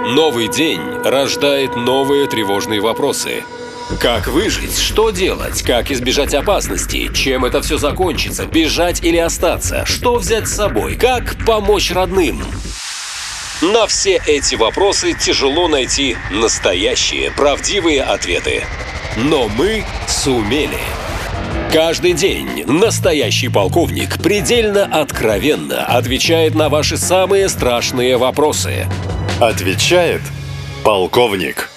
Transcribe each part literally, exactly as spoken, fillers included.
Новый день рождает новые тревожные вопросы. Как выжить? Что делать? Как избежать опасности? Чем это все закончится? Бежать или остаться? Что взять с собой? Как помочь родным? На все эти вопросы тяжело найти настоящие, правдивые ответы. Но мы сумели. Каждый день настоящий полковник предельно откровенно отвечает на ваши самые страшные вопросы. Отвечает полковник.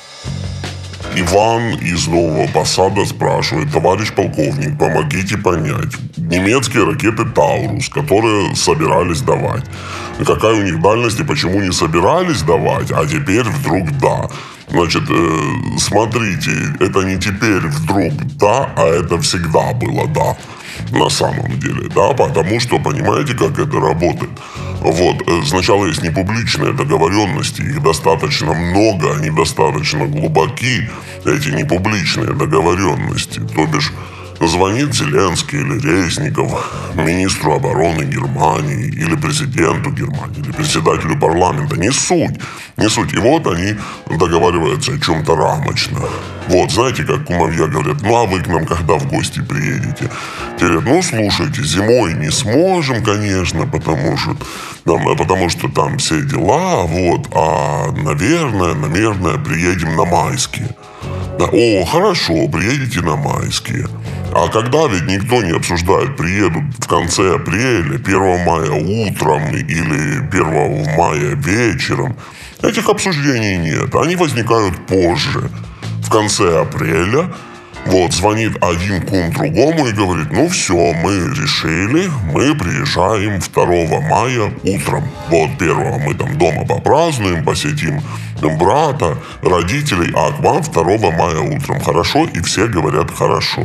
Иван из Нового Посада спрашивает: товарищ полковник, помогите понять. Немецкие ракеты «Таурус», которые собирались давать. Какая у них дальность и почему не собирались давать, а теперь вдруг да. Значит, э, смотрите, это не теперь вдруг да, а это всегда было да. На самом деле, да, потому что, понимаете, как это работает? Вот, сначала есть непубличные договоренности, их достаточно много, они достаточно глубоки, эти непубличные договоренности, то бишь звонит Зеленский или Резников министру обороны Германии или президенту Германии, или председателю парламента, не суть, не суть. И вот они договариваются о чем-то рамочно. Вот, знаете, как кумовья говорят: ну а вы к нам когда в гости приедете? Те говорят: ну слушайте, зимой не сможем, конечно, потому что там, потому что там все дела, вот, а наверное, наверное, приедем на майские. Да, о, хорошо, приедете на майские. А когда ведь никто не обсуждает, приедут в конце апреля, первого мая утром или первого мая вечером. Этих обсуждений нет, они возникают позже. В конце апреля вот звонит один кум другому и говорит: ну все, мы решили, мы приезжаем второго мая утром. Вот первого мы там дома попразднуем, посетим брата, родителей, а к вам второго мая утром. Хорошо? И все говорят хорошо.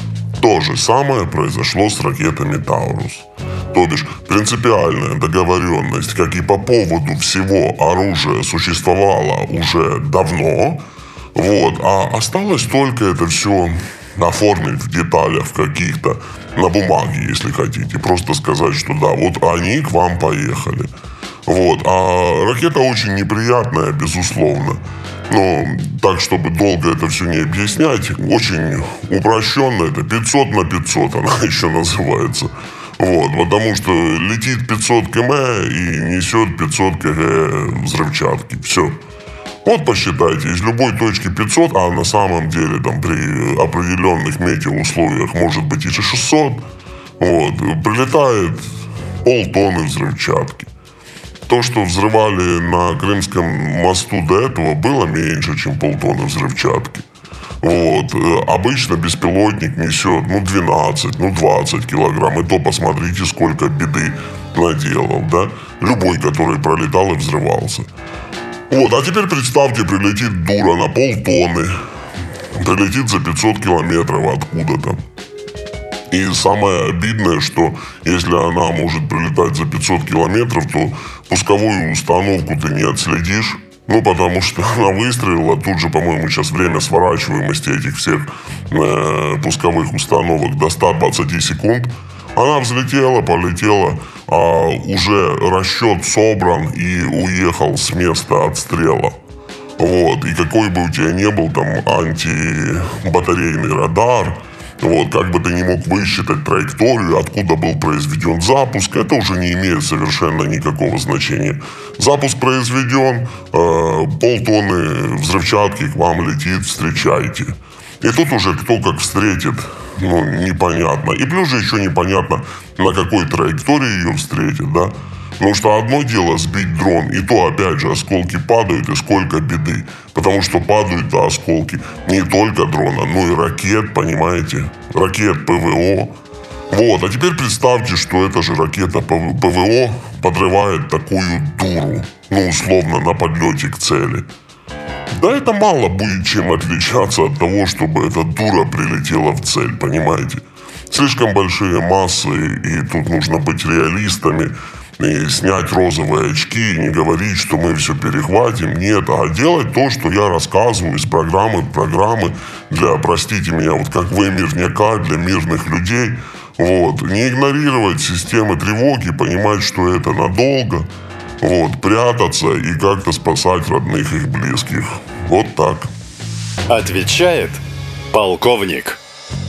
То же самое произошло с ракетами «Таурус». То бишь, принципиальная договоренность, как и по поводу всего оружия, существовала уже давно. Вот, а осталось только это все оформить в деталях в каких-то, на бумаге, если хотите. Просто сказать, что да, вот они к вам поехали. Вот, а ракета очень неприятная, безусловно. Но так, чтобы долго это все не объяснять, очень упрощенно, это пятьсот на пятьсот она еще называется. Вот, потому что летит пятьсот километров и несет пятьсот килограмм взрывчатки. Все. Вот посчитайте, из любой точки пятьсот, а на самом деле там при определенных метеоусловиях может быть и шестьсот, вот, прилетает полтонны взрывчатки. То, что взрывали на Крымском мосту до этого, было меньше, чем полтонны взрывчатки. Вот. Обычно беспилотник несет ну двенадцать, ну двадцать килограмм. И то посмотрите, сколько беды наделал, да? Любой, который пролетал и взрывался. Вот, а теперь представьте, прилетит дура на полтонны. Прилетит за пятьсот километров откуда-то. И самое обидное, что если она может прилетать за пятьсот километров, то пусковую установку ты не отследишь. Ну, потому что она выстрелила. Тут же, по-моему, сейчас время сворачиваемости этих всех э, пусковых установок до ста двадцати секунд. Она взлетела, полетела, а уже расчет собран и уехал с места отстрела. Вот. И какой бы у тебя ни был там антибатарейный радар, вот, как бы ты не мог высчитать траекторию, откуда был произведен запуск, это уже не имеет совершенно никакого значения. Запуск произведен, э, полтонны взрывчатки к вам летит, встречайте. И тут уже кто как встретит, ну, непонятно. И плюс же еще непонятно, на какой траектории ее встретит, да. Потому что одно дело сбить дрон, и то, опять же, осколки падают, и сколько беды. Потому что падают-то осколки не только дрона, но и ракет, понимаете? Ракет ПВО. Вот, а теперь представьте, что эта же ракета ПВО подрывает такую дуру, ну, условно, на подлете к цели. Да это мало будет чем отличаться от того, чтобы эта дура прилетела в цель, понимаете? Слишком большие массы, и тут нужно быть реалистами, и снять розовые очки, и не говорить, что мы все перехватим. Нет, а делать то, что я рассказываю из программы в программы для, простите меня, вот как вы мирняка, для мирных людей. Вот. Не игнорировать системы тревоги, понимать, что это надолго. вот, прятаться и как-то спасать родных и близких. Вот так. Отвечает полковник.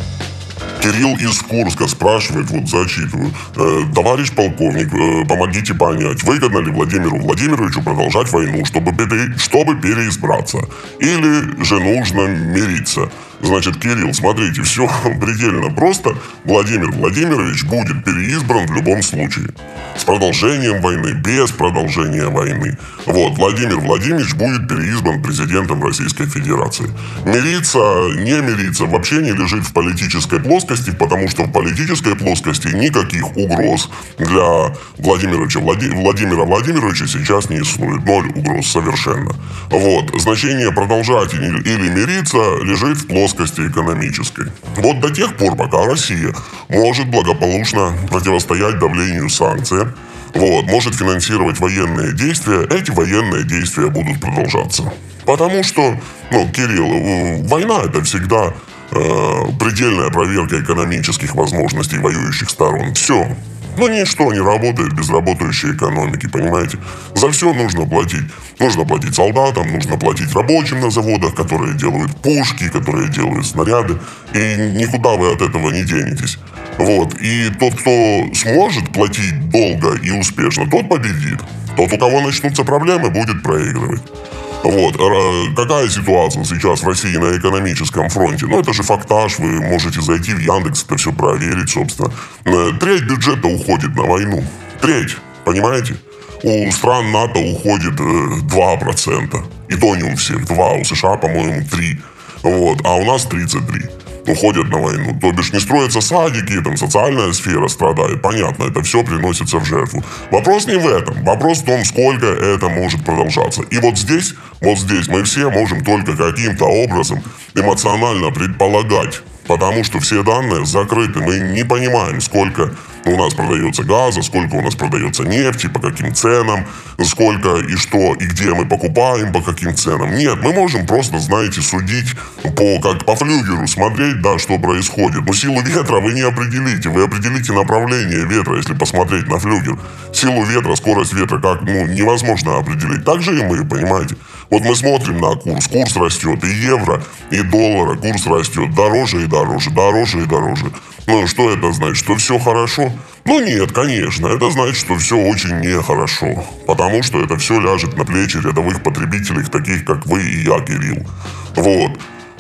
Кирилл из Курска спрашивает, вот зачитываю. Э, товарищ полковник, э, помогите понять, выгодно ли Владимиру Владимировичу продолжать войну, чтобы, пере, чтобы переизбраться? Или же нужно мириться? Значит, Кирилл, смотрите, все предельно просто. Владимир Владимирович будет переизбран в любом случае. С продолжением войны, без продолжения войны. Вот, Владимир Владимирович будет переизбран президентом Российской Федерации. Мириться, не мириться вообще не лежит в политической плоскости, потому что в политической плоскости никаких угроз для Владимира Влади... Владимира Владимировича сейчас не существует. Ноль угроз совершенно. Вот, значение продолжать или мириться лежит в плоскости экономической. Вот до тех пор, пока Россия может благополучно противостоять давлению санкций, вот, может финансировать военные действия, эти военные действия будут продолжаться. Потому что, ну, Кирилл, война это всегда э, предельная проверка экономических возможностей воюющих сторон. Все. Но ничто не работает без работающей экономики, понимаете? За все нужно платить. Нужно платить солдатам, нужно платить рабочим на заводах, которые делают пушки, которые делают снаряды. И никуда вы от этого не денетесь. Вот. И тот, кто сможет платить долго и успешно, тот победит. Тот, у кого начнутся проблемы, будет проигрывать. Вот. Какая ситуация сейчас в России на экономическом фронте? Ну, это же фактаж, вы можете зайти в Яндекс, это все проверить, собственно. Треть бюджета уходит на войну. Треть, понимаете? У стран НАТО уходит два процента. И то не у всех, два, у США, по-моему, три. Вот. А у нас тридцать три. Уходят на войну. То бишь не строятся садики, там социальная сфера страдает. Понятно, это все приносится в жертву. Вопрос не в этом. Вопрос в том, сколько это может продолжаться. И вот здесь, вот здесь мы все можем только каким-то образом эмоционально предполагать. Потому что все данные закрыты. Мы не понимаем, сколько у нас продается газа, сколько у нас продается нефти, по каким ценам, сколько и что, и где мы покупаем, по каким ценам. Нет, мы можем просто, знаете, судить по, как по флюгеру, смотреть, да, что происходит. Но силу ветра вы не определите. Вы определите направление ветра, если посмотреть на флюгер. Силу ветра, скорость ветра как, ну, невозможно определить. Так же и мы, понимаете. Вот мы смотрим на курс. Курс растет и евро, и доллара. Курс растет дороже и дороже, дороже и дороже. Ну, что это значит? Что все хорошо? Ну, нет, конечно. Это значит, что все очень нехорошо. Потому что это все ляжет на плечи рядовых потребителей, таких как вы и я, Кирилл. Вот.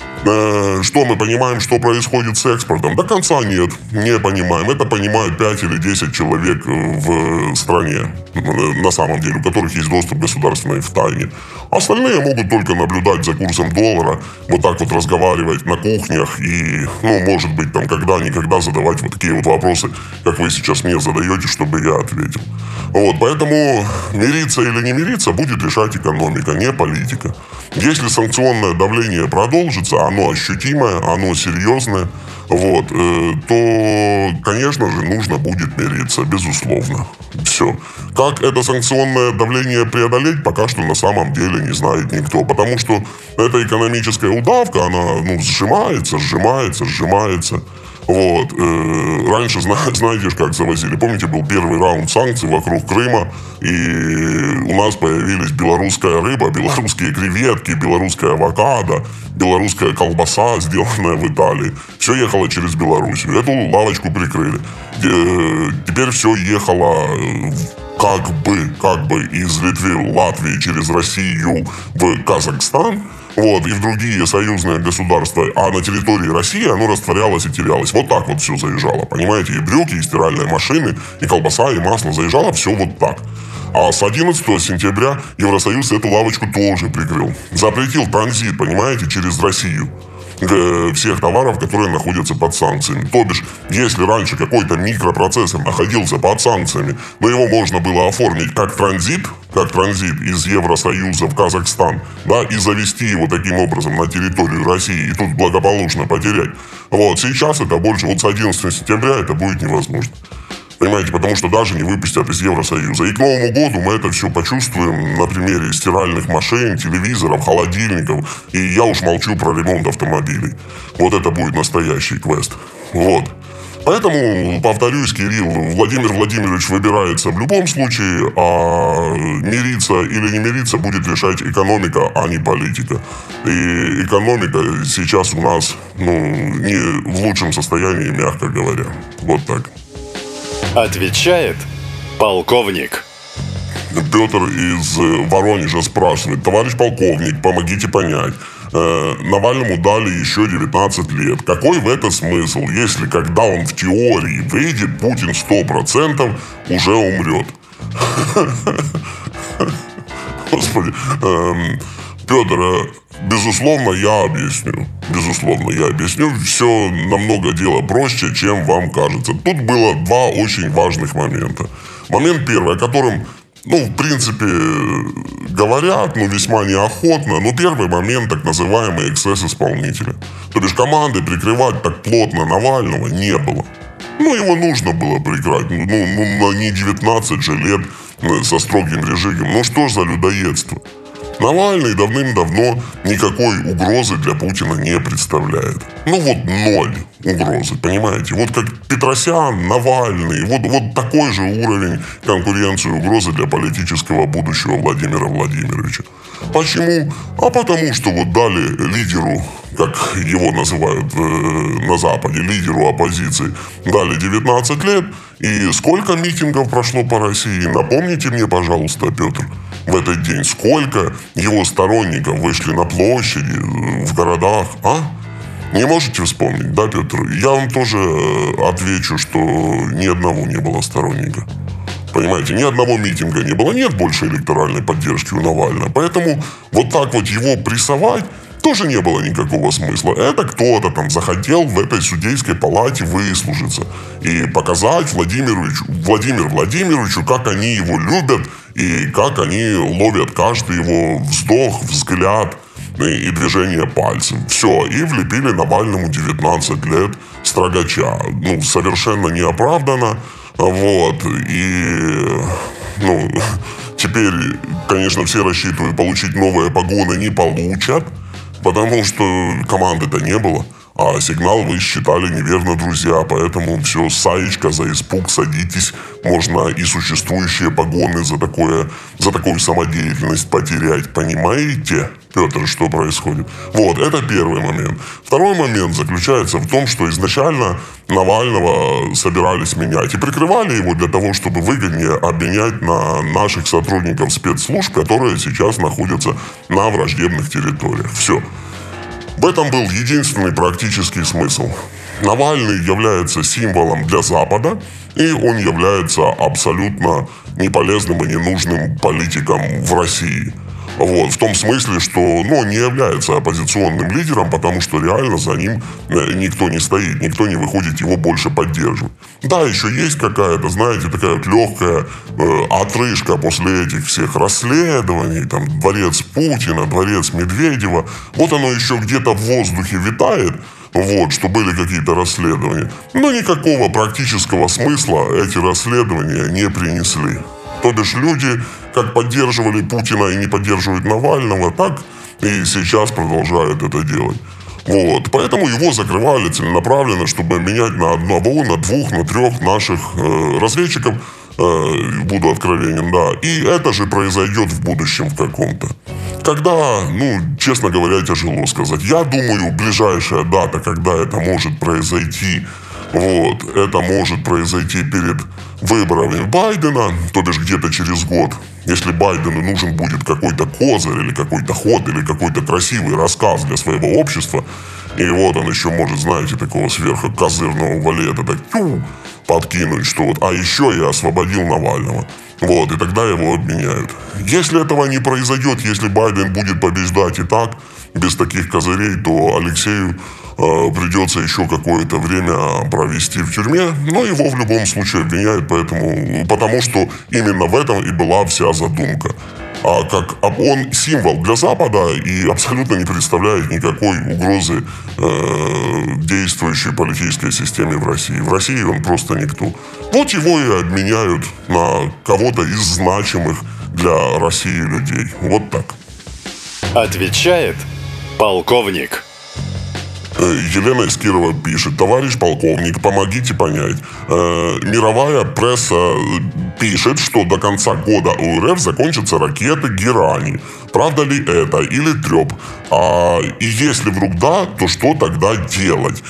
Что мы понимаем, что происходит с экспортом? До конца нет, не понимаем. Это понимают пять или десять человек в стране, на самом деле, у которых есть доступ государственный в тайне. Остальные могут только наблюдать за курсом доллара, вот так вот разговаривать на кухнях и, ну, может быть, там когда-никогда задавать вот такие вот вопросы, как вы сейчас мне задаете, чтобы я ответил. Вот, поэтому мириться или не мириться будет решать экономика, не политика. Если санкционное давление продолжится, оно ощутимое, оно серьезное, вот, э, то, конечно же, нужно будет мириться, безусловно. Все. Как это санкционное давление преодолеть, пока что на самом деле не знает никто. Потому что эта экономическая удавка, она, ну, сжимается, сжимается, сжимается. Вот. Раньше, знаете, как завозили. Помните, был первый раунд санкций вокруг Крыма, и у нас появились белорусская рыба, белорусские креветки, белорусская авокадо, белорусская колбаса, сделанная в Италии. Все ехало через Белоруссию. Эту лавочку прикрыли. Теперь все ехало как бы, как бы из Литвы, Латвии через Россию в Казахстан. Вот, и в другие союзные государства, а на территории России оно растворялось и терялось. Вот так вот все заезжало, понимаете? И брюки, и стиральные машины, и колбаса, и масло заезжало все вот так. А с одиннадцатого сентября Евросоюз эту лавочку тоже прикрыл. Запретил транзит, понимаете, через Россию всех товаров, которые находятся под санкциями. То бишь, если раньше какой-то микропроцессор находился под санкциями, но его можно было оформить как транзит, как транзит из Евросоюза в Казахстан, да, и завести его таким образом на территорию России, и тут благополучно потерять. Вот, сейчас это больше, вот с одиннадцатого сентября это будет невозможно. Понимаете, потому что даже не выпустят из Евросоюза. И к Новому году мы это все почувствуем на примере стиральных машин, телевизоров, холодильников. И я уж молчу про ремонт автомобилей. Вот это будет настоящий квест. Вот. Поэтому, повторюсь, Кирилл, Владимир Владимирович выбирается в любом случае, а мириться или не мириться будет решать экономика, а не политика. И экономика сейчас у нас, ну, не в лучшем состоянии, мягко говоря. Вот так. Отвечает полковник. Петр из Воронежа спрашивает: товарищ полковник, помогите понять. Э, Навальному дали еще девятнадцать лет. Какой в этом смысл, если когда он в теории выйдет, Путин сто процентов уже умрет? Господи. Петр, безусловно, я объясню. Безусловно, я объясню. Все намного дело проще, чем вам кажется. Тут было два очень важных момента. Момент первый, о котором, ну, в принципе, говорят, но весьма неохотно. Но первый момент, так называемый эксцесс исполнителя. То бишь команды прикрывать так плотно Навального не было. Ну, его нужно было прикрыть. Ну, ну, не девятнадцать же лет со строгим режимом. Ну, что ж за людоедство? Навальный давным-давно никакой угрозы для Путина не представляет. Ну вот ноль угрозы, понимаете? Вот как Петросян, Навальный, вот, вот такой же уровень конкуренции угрозы для политического будущего Владимира Владимировича. Почему? А потому что вот дали лидеру, как его называют э, на Западе, лидеру оппозиции, дали девятнадцать лет, и сколько митингов прошло по России? Напомните мне, пожалуйста, Петр, в этот день, сколько его сторонников вышли на площади, в городах, а? Не можете вспомнить, да, Петр? Я вам тоже отвечу, что ни одного не было сторонника. Понимаете, ни одного митинга не было, нет больше электоральной поддержки у Навального. Поэтому вот так вот его прессовать тоже не было никакого смысла. Это кто-то там захотел в этой судейской палате выслужиться и показать Владимировичу, Владимиру Владимировичу, как они его любят и как они ловят каждый его вздох, взгляд и движение пальцем. Все, и влепили Навальному девятнадцать лет строгача. Ну, совершенно неоправданно. Вот, и, ну, теперь, конечно, все рассчитывают получить новые погоны, не получат, потому что команды-то не было, а сигнал вы считали неверно, друзья, поэтому все, саечка за испуг, садитесь, можно и существующие погоны за такое, за такую самодеятельность потерять, понимаете, Петр, что происходит? Вот, это первый момент. Второй момент заключается в том, что изначально Навального собирались менять и прикрывали его для того, чтобы выгоднее обменять на наших сотрудников спецслужб, которые сейчас находятся на враждебных территориях. Все. В этом был единственный практический смысл. Навальный является символом для Запада, и он является абсолютно неполезным и ненужным политиком в России. Вот, в том смысле, что, ну, не является оппозиционным лидером, потому что реально за ним никто не стоит, никто не выходит его больше поддерживать. Да, еще есть какая-то, знаете, такая вот легкая э, отрыжка после этих всех расследований, там, дворец Путина, дворец Медведева, вот оно еще где-то в воздухе витает, вот, что были какие-то расследования. Но никакого практического смысла эти расследования не принесли. То бишь люди как поддерживали Путина и не поддерживают Навального, так и сейчас продолжают это делать. Вот. Поэтому его закрывали целенаправленно, чтобы менять на одного, на двух, на трех наших э, разведчиков, э, буду откровенен, да. И это же произойдет в будущем в каком-то. Когда, ну, честно говоря, тяжело сказать. Я думаю, ближайшая дата, когда это может произойти, вот, это может произойти перед выборами Байдена, то бишь где-то через год. Если Байдену нужен будет какой-то козырь или какой-то ход, или какой-то красивый рассказ для своего общества, и вот он еще может, знаете, такого сверхкозырного валета так тю, подкинуть, что вот, а еще я освободил Навального. Вот, и тогда его обменяют. Если этого не произойдет, если Байден будет побеждать и так, без таких козырей, то Алексею э, придется еще какое-то время провести в тюрьме, но его в любом случае обвиняют, поэтому, потому что именно в этом и была вся задумка. А как он символ для Запада и абсолютно не представляет никакой угрозы э, действующей политической системе в России. В России он просто никто. Вот его и обменяют на кого-то из значимых для России людей. Вот так. Отвечает полковник. Елена из Кирова пишет: товарищ полковник, помогите понять. Мировая пресса пишет, что до конца года у РФ закончатся ракеты Герани. Правда ли это или треп? А, и если вдруг да, то что тогда делать?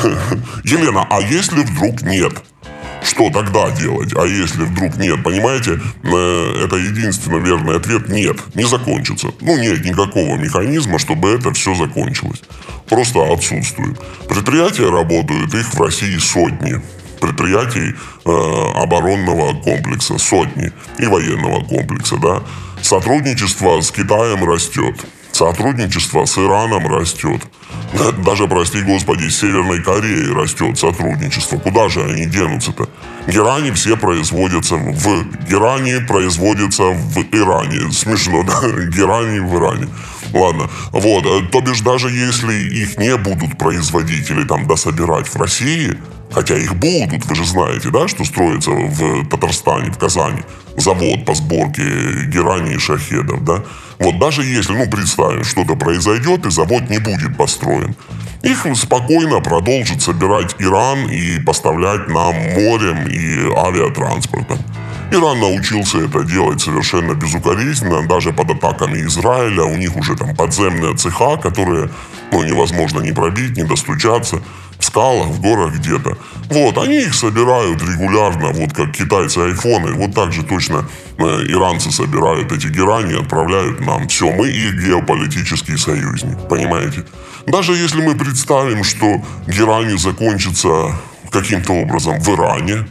Елена, а если вдруг нет? Что тогда делать? А если вдруг нет? Понимаете, это единственный верный ответ: нет, не закончится. Ну, нет никакого механизма, чтобы это все закончилось. Просто отсутствует. Предприятия работают, их в России сотни. Предприятий э, оборонного комплекса сотни. И военного комплекса, да. Сотрудничество с Китаем растет. Сотрудничество с Ираном растет. Даже, прости господи, с Северной Кореей растет сотрудничество. Куда же они денутся-то? Герани все производятся в... Герани производятся в Иране. Смешно, да? Герани в Иране. Ладно. Вот. То бишь, даже если их не будут производить или там дособирать в России, хотя их будут, вы же знаете, да, что строится в Татарстане, в Казани, завод по сборке герани и шахедов, да. Вот даже если, ну, представим, что-то произойдет и завод не будет построен, их спокойно продолжит собирать Иран и поставлять нам морем и авиатранспортом. Иран научился это делать совершенно безукоризненно, даже под атаками Израиля. У них уже там подземные цеха, которые, ну, невозможно ни пробить, ни достучаться. В скалах, в горах где-то. Вот, они их собирают регулярно, вот как китайцы айфоны. Вот так же точно э, иранцы собирают эти герани и отправляют нам. Все, мы их геополитический союзник, понимаете? Даже если мы представим, что герани закончатся каким-то образом в Иране.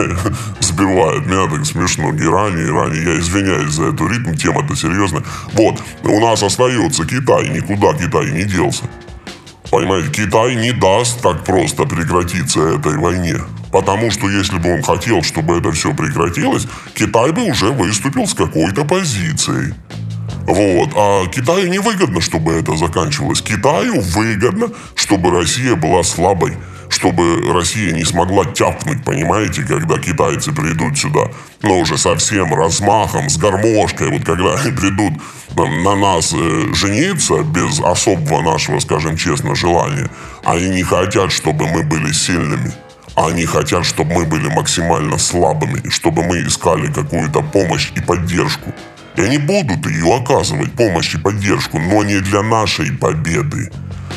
Сбивает меня так смешно. Герани, Иране. Я извиняюсь за эту ритм, тема-то серьезная. Вот, у нас остается Китай. Никуда Китай не делся. Понимаете, Китай не даст так просто прекратиться этой войне. Потому что если бы он хотел, чтобы это все прекратилось, Китай бы уже выступил с какой-то позицией. Вот. А Китаю не выгодно, чтобы это заканчивалось. Китаю выгодно, чтобы Россия была слабой. Чтобы Россия не смогла тяпнуть, понимаете, когда китайцы придут сюда. Но уже со всем размахом, с гармошкой. Вот когда они придут на нас э, жениться без особого нашего, скажем честно, желания. Они не хотят, чтобы мы были сильными. Они хотят, чтобы мы были максимально слабыми. Чтобы мы искали какую-то помощь и поддержку. И они будут ее оказывать, помощь и поддержку. Но не для нашей победы.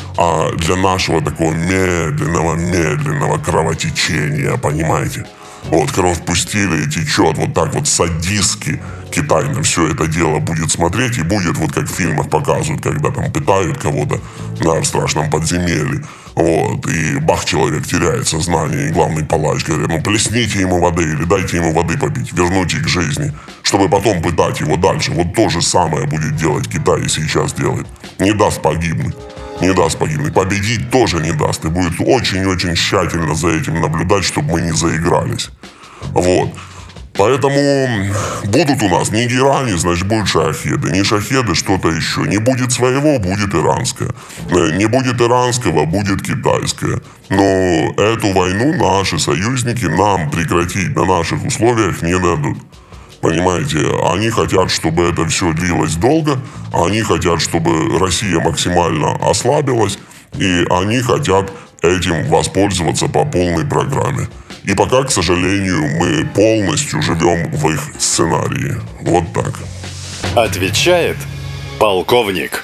А для нашего такого медленного-медленного кровотечения, понимаете? Вот кровь пустили и течет, вот так вот садистски Китай на все это дело будет смотреть и будет, вот как в фильмах показывают, когда там пытают кого-то, да, в страшном подземелье. Вот, и бах, человек теряет сознание, и главный палач говорит: ну плесните ему воды или дайте ему воды попить, вернуть их к жизни, чтобы потом пытать его дальше. Вот то же самое будет делать Китай и сейчас делает. Не даст погибнуть. Не даст погибнуть. Победить тоже не даст. И будет очень-очень тщательно за этим наблюдать, чтобы мы не заигрались. Вот. Поэтому будут у нас не герани, значит, будут шахеды. Не шахеды, что-то еще. Не будет своего, будет иранское. Не будет иранского, будет китайское. Но эту войну наши союзники нам прекратить на наших условиях не дадут. Понимаете, они хотят, чтобы это все длилось долго, они хотят, чтобы Россия максимально ослабилась, и они хотят этим воспользоваться по полной программе. И пока, к сожалению, мы полностью живем в их сценарии. Вот так. Отвечает полковник.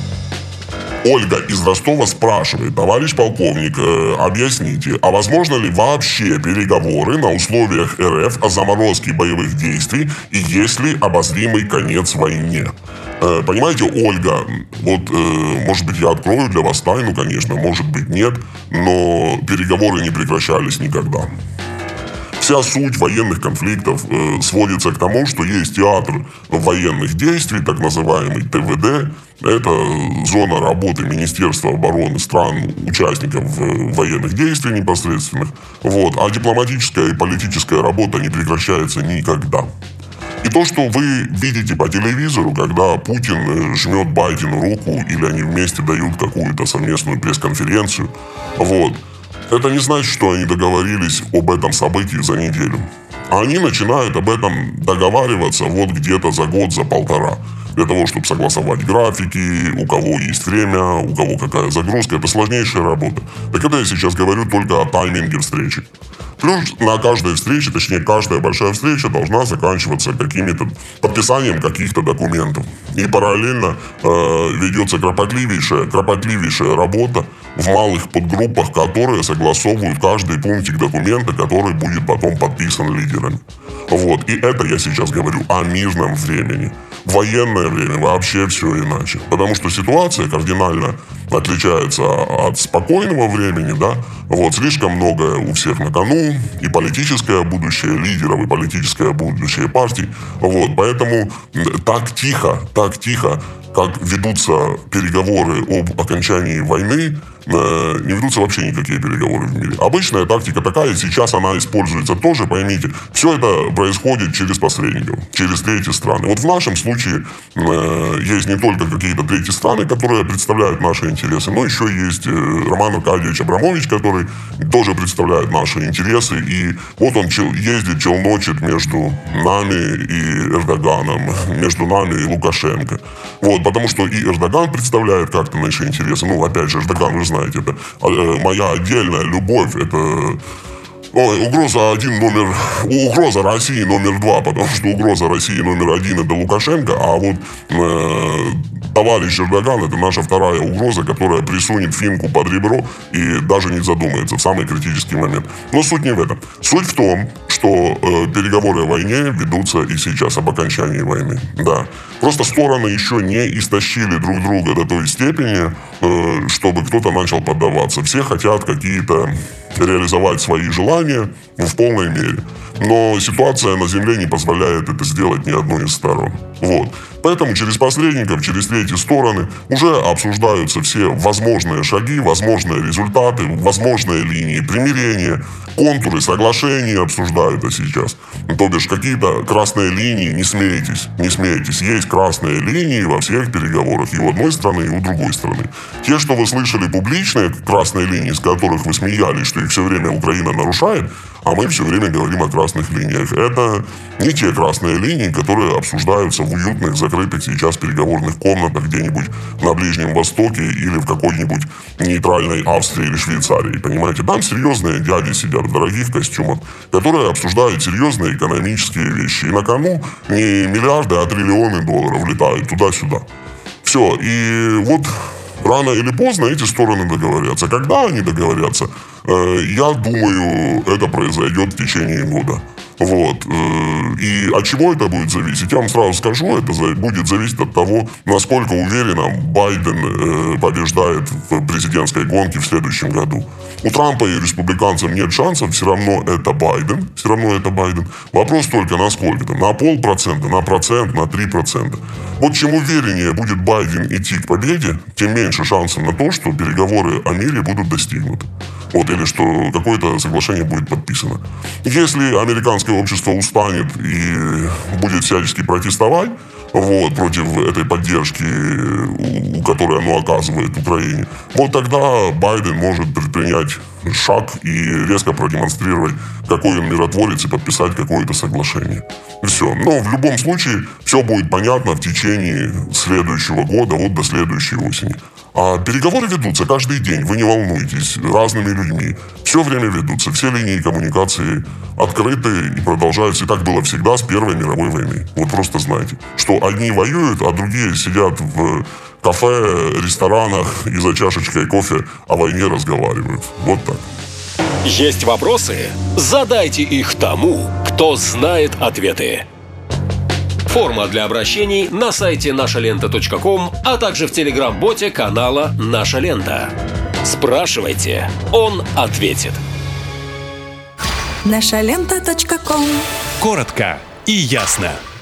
Ольга из Ростова спрашивает: товарищ полковник, э, объясните, а возможно ли вообще переговоры на условиях РФ о заморозке боевых действий и есть ли обозримый конец войне? Э, понимаете, Ольга, вот, э, может быть, я открою для вас тайну, конечно, может быть, нет, но переговоры не прекращались никогда. Вся суть военных конфликтов э, сводится к тому, что есть театр военных действий, так называемый Тэ Вэ Дэ. Это зона работы Министерства обороны стран, участников э, военных действий непосредственных. Вот. А дипломатическая и политическая работа не прекращается никогда. И то, что вы видите по телевизору, когда Путин жмет Байдену руку или они вместе дают какую-то совместную пресс-конференцию, вот, это не значит, что они договорились об этом событии за неделю. Они начинают об этом договариваться вот где-то за год, за полтора. для того, чтобы согласовать графики, у кого есть время, у кого какая загрузка. Это сложнейшая работа. Так это я сейчас говорю только о тайминге встречи. Плюс на каждой встрече, точнее, каждая большая встреча должна заканчиваться какими-то подписанием каких-то документов. И параллельно э, ведется кропотливейшая, кропотливейшая работа в малых подгруппах, которые согласовывают каждый пунктик документа, который будет потом подписан лидерами. Вот. И это я сейчас говорю о мирном времени. В военное время вообще все иначе. Потому что ситуация кардинально отличается от спокойного времени, да. Вот. Слишком многое у всех на кону. И политическое будущее лидеров, и политическое будущее партий. Вот. Поэтому так тихо, так тихо, как ведутся переговоры об окончании войны, не ведутся вообще никакие переговоры в мире. Обычная тактика такая, сейчас она используется тоже, поймите. Все это происходит через посредников, через третьи страны. Вот в нашем случае э, есть не только какие-то третьи страны, которые представляют наши интересы, но еще есть Роман Аркадьевич Абрамович, который тоже представляет наши интересы. И вот он чел, ездит, челночит между нами и Эрдоганом, между нами и Лукашенко. Вот, потому что и Эрдоган представляет как-то наши интересы. Ну, опять же, Эрдоган, вы знаете, знаете, это э, моя отдельная любовь, это ой, угроза один номер, угроза России номер два, потому что угроза России номер один это Лукашенко, а вот э, товарищ Эрдоган это наша вторая угроза, которая присунет финку под ребро и даже не задумается в самый критический момент. Но суть не в этом. Суть в том, что э, переговоры о войне ведутся и сейчас об окончании войны. Да. Просто стороны еще не истощили друг друга до той степени, э, чтобы кто-то начал поддаваться. Все хотят какие-то реализовать свои желания в полной мере. Но ситуация на земле не позволяет это сделать ни одной из сторон. Вот. Поэтому через посредников, через третьи стороны уже обсуждаются все возможные шаги, возможные результаты, возможные линии примирения, контуры соглашений обсуждают а сейчас. То бишь какие-то красные линии, не смейтесь, не смейтесь. Есть красные линии во всех переговорах и у одной страны, и у другой страны. Те, что вы слышали публичные красные линии, с которых вы смеялись, что их все время Украина нарушает, а мы все время говорим о красных линиях. Это не те красные линии, которые обсуждаются в уютных, закрытых сейчас переговорных комнатах где-нибудь на Ближнем Востоке или в какой-нибудь нейтральной Австрии или Швейцарии. Понимаете, там серьезные дяди сидят в дорогих костюмах, которые обсуждают серьезные экономические вещи. И на кону не миллиарды, а триллионы долларов летают туда-сюда. Все. И вот рано или поздно эти стороны договорятся. Когда они договорятся, э, я думаю, это произойдет в течение года. Вот. И от чего это будет зависеть? Я вам сразу скажу, это будет зависеть от того, насколько уверенно Байден побеждает в президентской гонке в следующем году. У Трампа и республиканцев нет шансов, все равно это Байден. Все равно это Байден. Вопрос только на сколько-то. На полпроцента, на процент, на три процента. Вот чем увереннее будет Байден идти к победе, тем меньше шансов на то, что переговоры о мире будут достигнуты. Вот, или что какое-то соглашение будет подписано. Если американское общество устанет и будет всячески протестовать вот, против этой поддержки, которую оно оказывает Украине, вот тогда Байден может предпринять шаг и резко продемонстрировать, какой он миротворец, и подписать какое-то соглашение. Все. Но в любом случае все будет понятно в течение следующего года, вот до следующей осени. А переговоры ведутся каждый день, вы не волнуйтесь, разными людьми. Все время ведутся, все линии коммуникации открыты и продолжаются. И так было всегда с Первой мировой войны. Вот просто знайте, что одни воюют, а другие сидят в кафе, ресторанах и за чашечкой кофе о войне разговаривают. Вот так. Есть вопросы? Задайте их тому, кто знает ответы. Форма для обращений на сайте наша лента точка ком, а также в телеграм-боте канала «Наша лента». Спрашивайте, он ответит. наша лента точка ком. Коротко и ясно.